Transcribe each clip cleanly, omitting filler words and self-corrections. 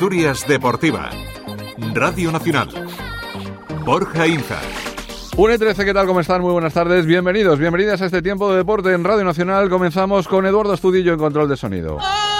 Asturias Deportiva, Radio Nacional. Borja Inza. 1:13, ¿qué tal? ¿Cómo están? Muy buenas tardes. Bienvenidas a este tiempo de deporte en Radio Nacional. Comenzamos con Eduardo Estudillo en control de sonido.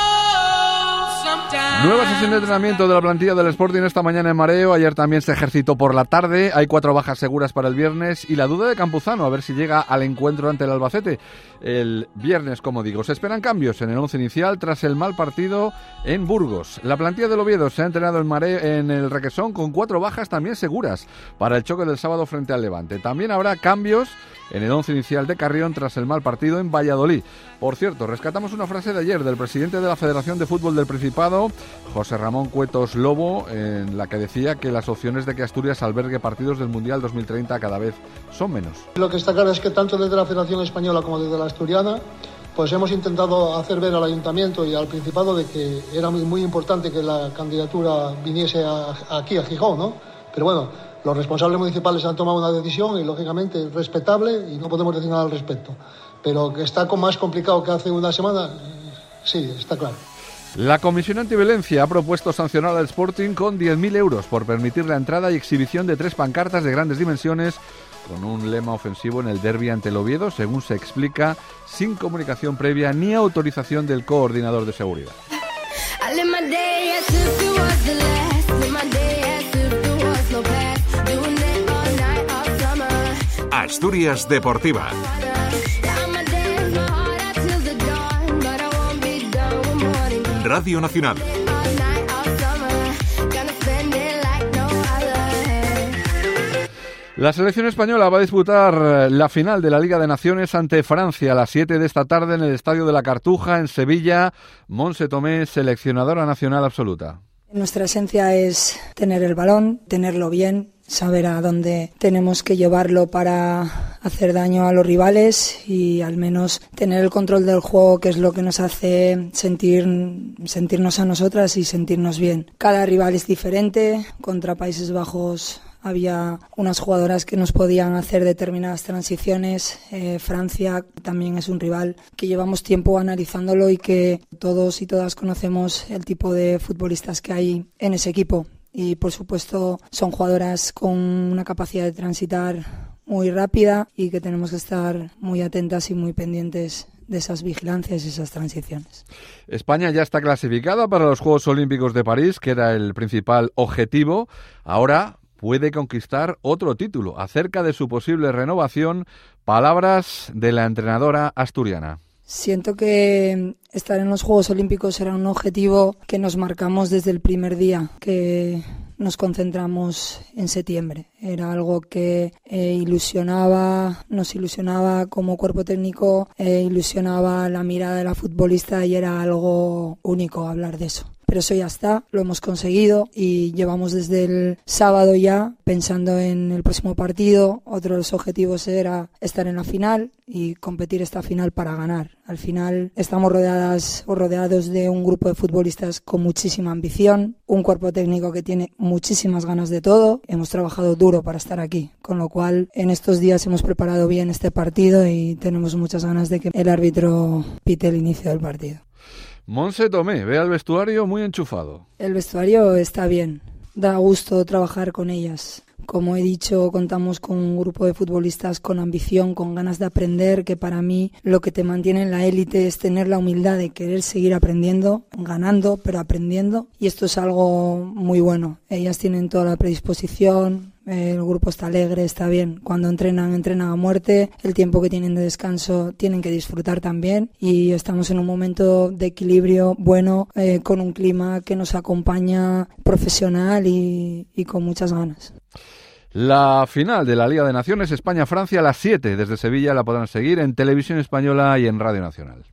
Nueva sesión de entrenamiento de la plantilla del Sporting esta mañana en Mareo. Ayer también se ejercitó por la tarde. Hay 4 bajas seguras para el viernes. Y la duda de Campuzano, a ver si llega al encuentro ante el Albacete el viernes, como digo. Se esperan cambios en el 11 inicial tras el mal partido en Burgos. La plantilla del Oviedo se ha entrenado en Mareo, en el Requesón, con 4 bajas también seguras para el choque del sábado frente al Levante. También habrá cambios en el 11 inicial de Carrión tras el mal partido en Valladolid. Por cierto, rescatamos una frase de ayer del presidente de la Federación de Fútbol del Principado, José Ramón Cuetos Lobo, en la que decía que las opciones de que Asturias albergue partidos del Mundial 2030 cada vez son menos. Lo que está claro es que tanto desde la Federación Española como desde la Asturiana, pues hemos intentado hacer ver al Ayuntamiento y al Principado de que era muy importante que la candidatura viniese aquí a Gijón, ¿no? Pero bueno, los responsables municipales han tomado una decisión y lógicamente es respetable y no podemos decir nada al respecto. Pero que está más complicado que hace una semana, sí, está claro. La Comisión Antiviolencia ha propuesto sancionar al Sporting con 10.000 euros por permitir la entrada y exhibición de 3 pancartas de grandes dimensiones con un lema ofensivo en el derbi ante el Oviedo, según se explica, sin comunicación previa ni autorización del coordinador de seguridad. Asturias Deportiva. Radio Nacional. La selección española va a disputar la final de la Liga de Naciones ante Francia a las 7 de esta tarde en el Estadio de la Cartuja, en Sevilla. Montse Tomé, seleccionadora nacional absoluta. Nuestra esencia es tener el balón, tenerlo bien, saber a dónde tenemos que llevarlo para hacer daño a los rivales y al menos tener el control del juego, que es lo que nos hace sentirnos a nosotras y sentirnos bien. Cada rival es diferente. Contra Países Bajos había unas jugadoras que nos podían hacer determinadas transiciones. Francia también es un rival que llevamos tiempo analizándolo y que todos y todas conocemos el tipo de futbolistas que hay en ese equipo. Y por supuesto son jugadoras con una capacidad de transitar muy rápida y que tenemos que estar muy atentas y muy pendientes de esas vigilancias y esas transiciones. España ya está clasificada para los Juegos Olímpicos de París, que era el principal objetivo. Ahora puede conquistar otro título. Acerca de su posible renovación, palabras de la entrenadora asturiana. Siento que estar en los Juegos Olímpicos era un objetivo que nos marcamos desde el primer día que nos concentramos en septiembre. Era algo que nos ilusionaba como cuerpo técnico, ilusionaba la mirada de la futbolista y era algo único hablar de eso. Pero eso ya está, lo hemos conseguido y llevamos desde el sábado ya pensando en el próximo partido. Otro de los objetivos era estar en la final y competir esta final para ganar. Al final estamos rodeados de un grupo de futbolistas con muchísima ambición, un cuerpo técnico que tiene muchísimas ganas de todo. Hemos trabajado duro para estar aquí, con lo cual en estos días hemos preparado bien este partido y tenemos muchas ganas de que el árbitro pite el inicio del partido. Montse Tomé ve al vestuario muy enchufado. El vestuario está bien, da gusto trabajar con ellas. Como he dicho, contamos con un grupo de futbolistas con ambición, con ganas de aprender, que para mí lo que te mantiene en la élite es tener la humildad de querer seguir aprendiendo, ganando, pero aprendiendo. Y esto es algo muy bueno. Ellas tienen toda la predisposición, el grupo está alegre, está bien. Cuando entrenan a muerte. El tiempo que tienen de descanso tienen que disfrutar también. Y estamos en un momento de equilibrio bueno, con un clima que nos acompaña profesional y con muchas ganas. La final de la Liga de Naciones España-Francia a las 7 desde Sevilla la podrán seguir en Televisión Española y en Radio Nacional.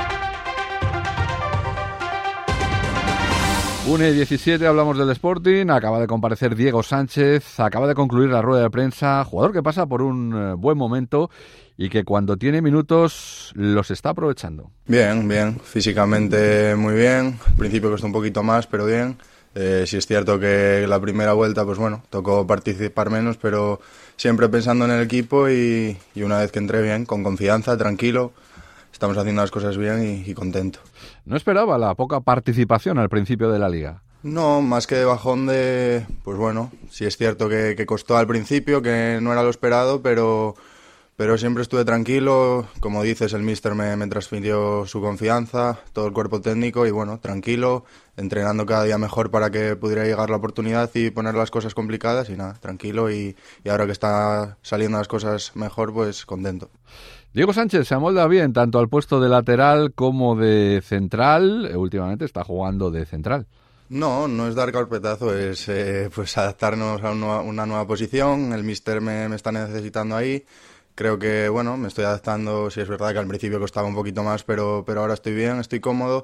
1:17, hablamos del Sporting. Acaba de comparecer Diego Sánchez, acaba de concluir la rueda de prensa. Jugador que pasa por un buen momento y que cuando tiene minutos los está aprovechando. Bien, físicamente muy bien. Al principio costó un poquito más, pero bien. Sí es cierto que la primera vuelta, pues bueno, tocó participar menos, pero siempre pensando en el equipo y una vez que entré bien, con confianza, tranquilo, estamos haciendo las cosas bien y contento. No esperaba la poca participación al principio de la Liga. No, más que de bajón de... Pues bueno, sí es cierto que costó al principio, que no era lo esperado, pero siempre estuve tranquilo. Como dices, el míster me transmitió su confianza, todo el cuerpo técnico y bueno, tranquilo, entrenando cada día mejor para que pudiera llegar la oportunidad y poner las cosas complicadas y nada, tranquilo y ahora que está saliendo las cosas mejor, pues contento. Diego Sánchez se amolda bien tanto al puesto de lateral como de central. Últimamente está jugando de central. No es dar carpetazo, es pues adaptarnos a una nueva posición. El míster me está necesitando ahí. Creo que, bueno, me estoy adaptando. Sí es verdad que al principio costaba un poquito más, pero ahora estoy bien, estoy cómodo.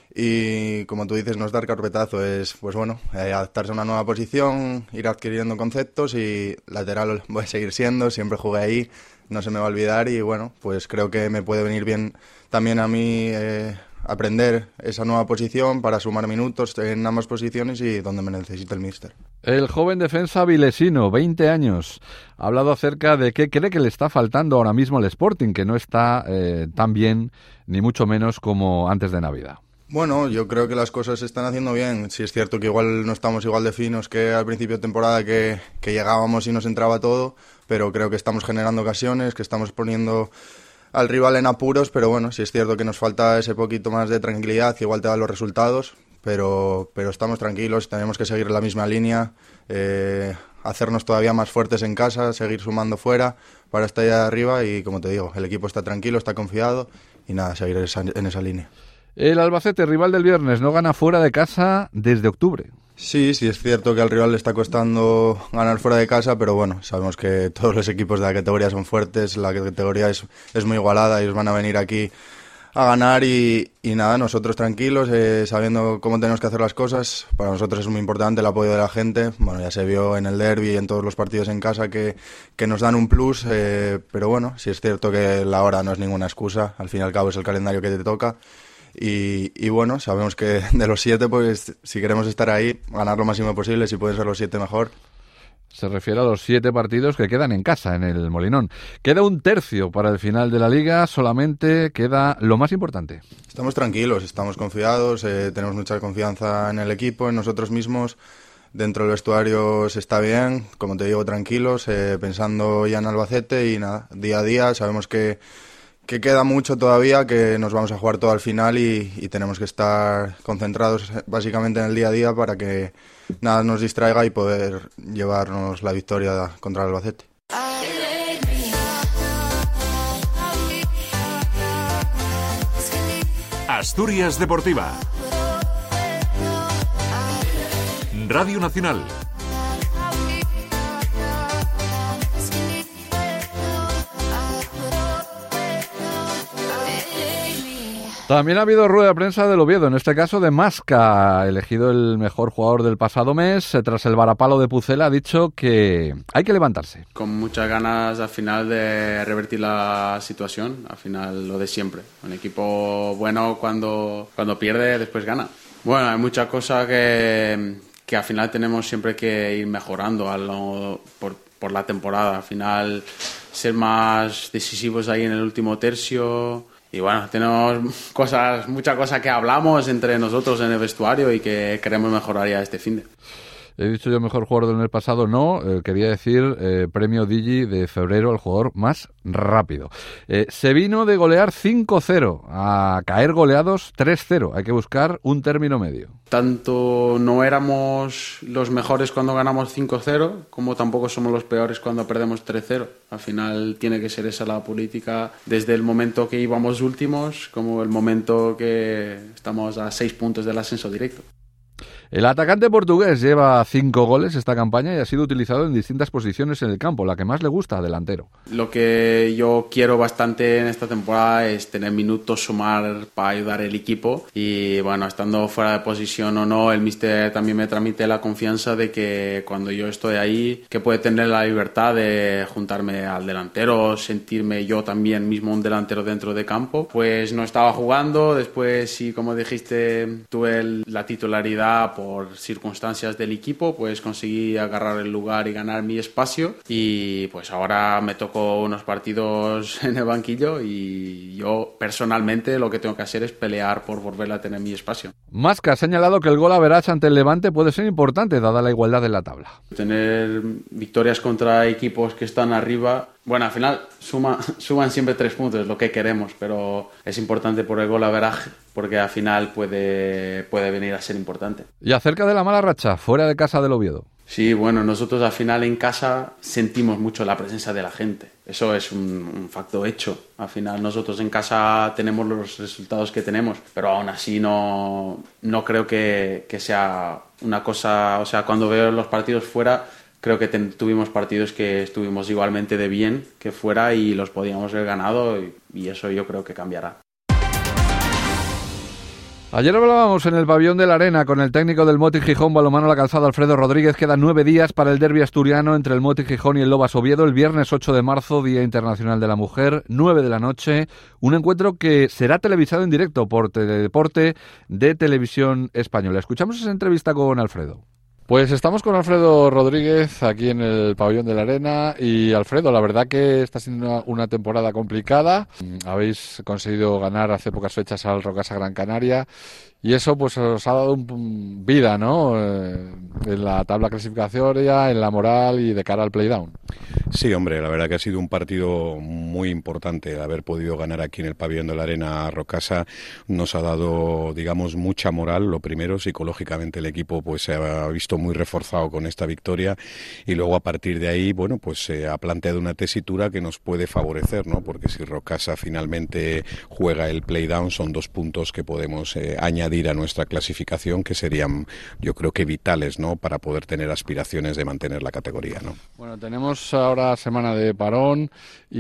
Y como tú dices, no es dar carpetazo, es, pues bueno, adaptarse a una nueva posición, ir adquiriendo conceptos y lateral voy a seguir siendo, siempre jugué ahí, no se me va a olvidar y bueno, pues creo que me puede venir bien también a mí aprender esa nueva posición para sumar minutos en ambas posiciones y donde me necesite el míster. El joven defensa vilesino, 20 años, ha hablado acerca de qué cree que le está faltando ahora mismo al Sporting, que no está tan bien, ni mucho menos como antes de Navidad. Bueno, yo creo que las cosas se están haciendo bien. Sí es cierto que igual no estamos igual de finos que al principio de temporada que llegábamos y nos entraba todo, pero creo que estamos generando ocasiones, que estamos poniendo al rival en apuros, pero bueno, sí es cierto que nos falta ese poquito más de tranquilidad, que igual te da los resultados, pero estamos tranquilos, tenemos que seguir la misma línea, hacernos todavía más fuertes en casa, seguir sumando fuera para estar allá arriba y como te digo, el equipo está tranquilo, está confiado y nada, seguir en esa línea. El Albacete, rival del viernes, no gana fuera de casa desde octubre. Sí es cierto que al rival le está costando ganar fuera de casa, pero bueno, sabemos que todos los equipos de la categoría son fuertes, la categoría es muy igualada, ellos van a venir aquí a ganar y nada, nosotros tranquilos, sabiendo cómo tenemos que hacer las cosas. Para nosotros es muy importante el apoyo de la gente, bueno, ya se vio en el derbi y en todos los partidos en casa que nos dan un plus, pero bueno, sí es cierto que la hora no es ninguna excusa, al fin y al cabo es el calendario que te toca. Y bueno, sabemos que de los 7, pues si queremos estar ahí, ganar lo máximo posible, si pueden ser los 7 mejor. Se refiere a los 7 partidos que quedan en casa, en el Molinón. Queda un tercio para el final de la Liga, solamente queda lo más importante. Estamos tranquilos, estamos confiados, tenemos mucha confianza en el equipo, en nosotros mismos. Dentro del vestuario se está bien, como te digo, tranquilos, pensando ya en Albacete y nada, día a día, sabemos que queda mucho todavía, que nos vamos a jugar todo al final y tenemos que estar concentrados básicamente en el día a día para que nada nos distraiga y poder llevarnos la victoria contra el Albacete. Asturias Deportiva. Radio Nacional. También ha habido rueda de prensa del Oviedo, en este caso de Masca, elegido el mejor jugador del pasado mes. Tras el varapalo de Pucela ha dicho que hay que levantarse. Con muchas ganas al final de revertir la situación, al final lo de siempre. Un equipo bueno cuando pierde, después gana. Bueno, hay muchas cosas que al final tenemos siempre que ir mejorando por la temporada. Al final ser más decisivos ahí en el último tercio. Y bueno, tenemos muchas cosas que hablamos entre nosotros en el vestuario y que queremos mejorar ya este finde. He dicho yo mejor jugador del mes pasado, no, quería decir premio Digi de febrero al jugador más rápido. Se vino de golear 5-0 a caer goleados 3-0. Hay que buscar un término medio. Tanto no éramos los mejores cuando ganamos 5-0, como tampoco somos los peores cuando perdemos 3-0. Al final tiene que ser esa la política desde el momento que íbamos últimos como el momento que estamos a 6 puntos del ascenso directo. El atacante portugués lleva 5 goles esta campaña y ha sido utilizado en distintas posiciones en el campo. La que más le gusta, delantero. Lo que yo quiero bastante en esta temporada es tener minutos, sumar para ayudar al equipo. Y bueno, estando fuera de posición o no, el míster también me transmite la confianza de que cuando yo estoy ahí, que puede tener la libertad de juntarme al delantero, sentirme yo también mismo un delantero dentro de campo. Pues no estaba jugando, después sí, como dijiste, tuve la titularidad por circunstancias del equipo, pues conseguí agarrar el lugar y ganar mi espacio, y pues ahora me tocó unos partidos en el banquillo y yo personalmente lo que tengo que hacer es pelear por volver a tener mi espacio. Masca ha señalado que el gol average ante el Levante puede ser importante dada la igualdad en la tabla. Tener victorias contra equipos que están arriba, bueno, al final suman siempre 3 puntos, es lo que queremos, pero es importante por el gol average porque al final puede venir a ser importante. Y acerca de la mala racha, fuera de casa del Oviedo. Sí, bueno, nosotros al final en casa sentimos mucho la presencia de la gente. Eso es un facto hecho. Al final nosotros en casa tenemos los resultados que tenemos, pero aún así no creo que sea una cosa... O sea, cuando veo los partidos fuera, creo que tuvimos partidos que estuvimos igualmente de bien que fuera y los podíamos haber ganado, y eso yo creo que cambiará. Ayer hablábamos en el pabellón de la Arena con el técnico del Motic Gijón Balonmano La Calzada, Alfredo Rodríguez. Quedan 9 días para el derbi asturiano entre el Motic Gijón y el Lobas Oviedo, el viernes 8 de marzo, Día Internacional de la Mujer, 9 de la noche. Un encuentro que será televisado en directo por Teledeporte de Televisión Española. Escuchamos esa entrevista con Alfredo. Pues estamos con Alfredo Rodríguez aquí en el pabellón de la Arena. Y Alfredo, la verdad que está siendo una temporada complicada. Habéis conseguido ganar hace pocas fechas al Rocasa Gran Canaria y eso pues os ha dado vida, ¿no? En la tabla clasificatoria, en la moral y de cara al playdown. Sí, hombre, la verdad que ha sido un partido muy importante. Haber podido ganar aquí en el pabellón de la Arena a Rocasa nos ha dado, digamos, mucha moral. Lo primero, psicológicamente el equipo pues se ha visto muy reforzado con esta victoria, y luego a partir de ahí, bueno, pues se ha planteado una tesitura que nos puede favorecer, ¿no? Porque si Rocasa finalmente juega el playdown, son 2 puntos que podemos añadir a nuestra clasificación, que serían, yo creo que vitales, ¿no? Para poder tener aspiraciones de mantener la categoría, ¿no? Bueno, tenemos ahora semana de parón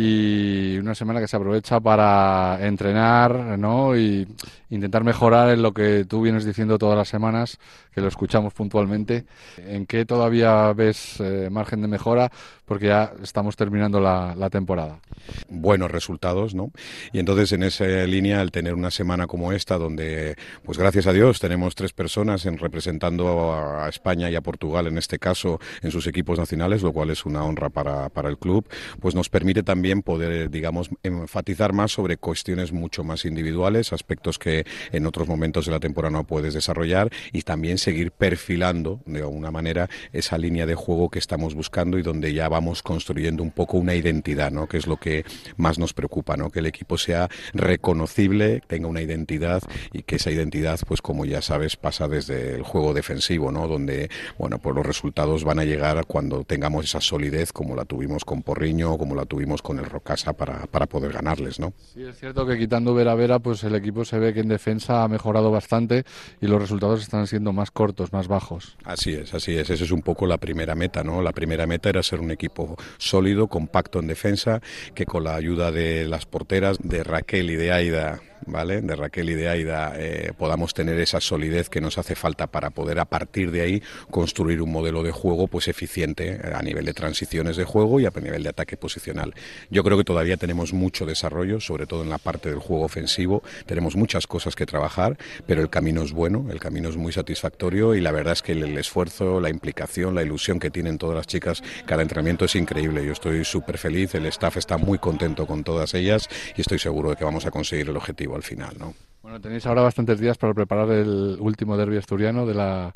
y una semana que se aprovecha para entrenar, ¿no? Y intentar mejorar en lo que tú vienes diciendo todas las semanas, que lo escuchamos puntualmente. ¿En qué todavía ves margen de mejora? Porque ya estamos terminando la temporada. Buenos resultados, ¿no? Y entonces en esa línea, al tener una semana como esta, donde, pues gracias a Dios, tenemos 3 personas representando a España y a Portugal, en este caso, en sus equipos nacionales, lo cual es una honra para el club, pues nos permite también poder, digamos, enfatizar más sobre cuestiones mucho más individuales, aspectos que en otros momentos de la temporada no puedes desarrollar, y también seguir perfilando de alguna manera esa línea de juego que estamos buscando y donde ya vamos construyendo un poco una identidad, ¿no? Que es lo que más nos preocupa, ¿no? Que el equipo sea reconocible, tenga una identidad, y que esa identidad, pues como ya sabes, pasa desde el juego defensivo, ¿no? Donde, bueno, pues los resultados van a llegar cuando tengamos esa solidez como la tuvimos con Porriño, como la tuvimos con el Rocasa para poder ganarles, ¿no? Sí, es cierto que quitando Vera Vera, pues el equipo se ve que en defensa ha mejorado bastante y los resultados están siendo más cortos, más bajos. Así es. Esa es un poco la primera meta, ¿no? La primera meta era ser un equipo sólido, compacto en defensa, que con la ayuda de las porteras, de Raquel y de Aida, ¿vale? De Raquel y de Aida, podamos tener esa solidez que nos hace falta para poder a partir de ahí construir un modelo de juego pues eficiente a nivel de transiciones de juego y a nivel de ataque posicional. Yo creo que todavía tenemos mucho desarrollo, sobre todo en la parte del juego ofensivo. Tenemos muchas cosas que trabajar, pero el camino es bueno, el camino es muy satisfactorio, y la verdad es que el esfuerzo, la implicación, la ilusión que tienen todas las chicas cada entrenamiento es increíble. Yo estoy súper feliz, el staff está muy contento con todas ellas y estoy seguro de que vamos a conseguir el objetivo al final, ¿no? Bueno, tenéis ahora bastantes días para preparar el último derbi asturiano de la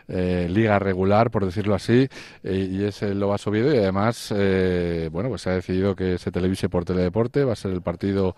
liga regular, por decirlo así, y es el Lobas Oviedo, y además, bueno, pues se ha decidido que se televise por Teledeporte. Va a ser el partido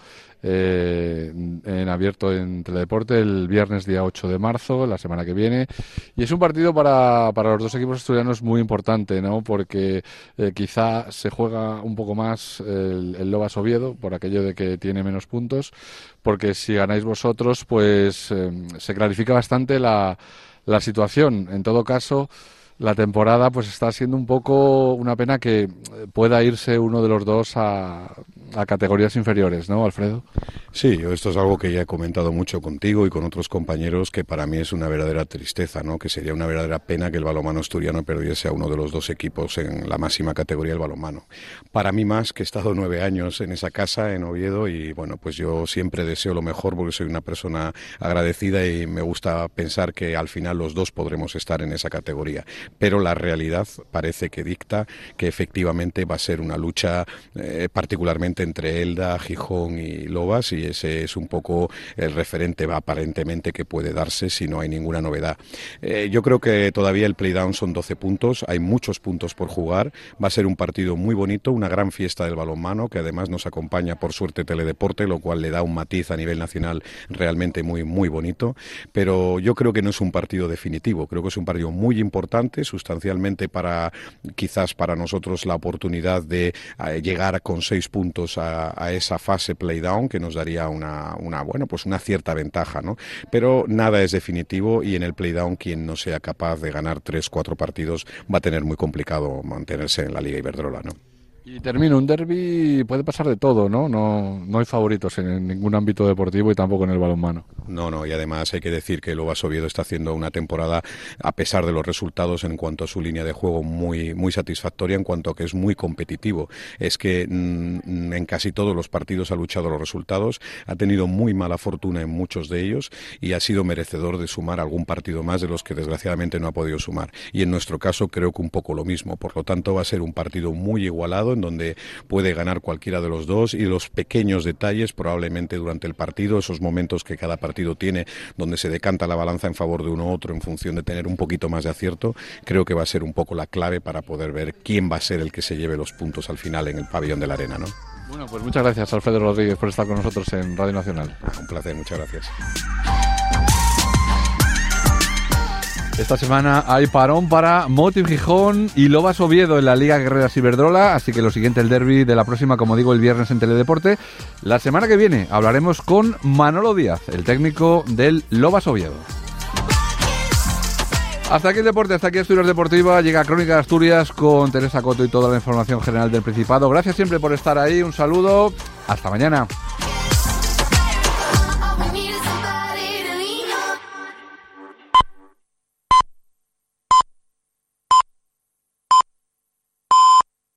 en abierto en Teledeporte el viernes día 8 de marzo, la semana que viene, y es un partido para los 2 equipos asturianos muy importante, ¿no? Porque quizá se juega un poco más el Lobas Oviedo por aquello de que tiene menos puntos, porque si ganáis vosotros pues se clarifica bastante la situación. En todo caso, la temporada pues está siendo un poco una pena que pueda irse uno de los dos a a categorías inferiores, ¿no, Alfredo? Sí, esto es algo que ya he comentado mucho contigo y con otros compañeros, que para mí es una verdadera tristeza, ¿no? Que sería una verdadera pena que el balonmano asturiano perdiese a uno de los dos equipos en la máxima categoría del balonmano. Para mí más, que he estado 9 años en esa casa, en Oviedo, y bueno, pues yo siempre deseo lo mejor porque soy una persona agradecida y me gusta pensar que al final los dos podremos estar en esa categoría. Pero la realidad parece que dicta que efectivamente va a ser una lucha particularmente entre Elda, Gijón y Lobas, y ese es un poco el referente aparentemente que puede darse si no hay ninguna novedad. Yo creo que todavía el playdown son 12 puntos, hay muchos puntos por jugar, va a ser un partido muy bonito, una gran fiesta del balonmano que además nos acompaña por suerte Teledeporte, lo cual le da un matiz a nivel nacional realmente muy, muy bonito, pero yo creo que no es un partido definitivo, creo que es un partido muy importante, sustancialmente quizás para nosotros la oportunidad de llegar con 6 puntos a esa fase playdown que nos daría una cierta ventaja, ¿no? Pero nada es definitivo y en el playdown quien no sea capaz de ganar 3-4 partidos va a tener muy complicado mantenerse en la Liga Iberdrola, ¿no? Y termino, un derbi puede pasar de todo, ¿no? No hay favoritos en ningún ámbito deportivo y tampoco en el balonmano. No, y además hay que decir que el Lobas Oviedo está haciendo una temporada, a pesar de los resultados, en cuanto a su línea de juego muy, muy satisfactoria, en cuanto a que es muy competitivo. Es que en casi todos los partidos ha luchado los resultados, ha tenido muy mala fortuna en muchos de ellos y ha sido merecedor de sumar algún partido más de los que desgraciadamente no ha podido sumar. Y en nuestro caso creo que un poco lo mismo. Por lo tanto va a ser un partido muy igualado en donde puede ganar cualquiera de los dos y los pequeños detalles probablemente durante el partido, esos momentos que cada partido tiene donde se decanta la balanza en favor de uno u otro en función de tener un poquito más de acierto, creo que va a ser un poco la clave para poder ver quién va a ser el que se lleve los puntos al final en el pabellón de la arena, ¿no? Bueno, pues muchas gracias, Alfredo Rodríguez, por estar con nosotros en Radio Nacional. Un placer, muchas gracias. Esta semana hay parón para Motiv Gijón y Lobas Oviedo en la Liga Guerreras Iberdrola, así que lo siguiente, el derbi de la próxima, como digo, el viernes en Teledeporte. La semana que viene hablaremos con Manolo Díaz, el técnico del Lobas Oviedo. Hasta aquí el deporte, hasta aquí Asturias Deportiva. Llega Crónica de Asturias con Teresa Coto y toda la información general del Principado. Gracias siempre por estar ahí, un saludo, hasta mañana.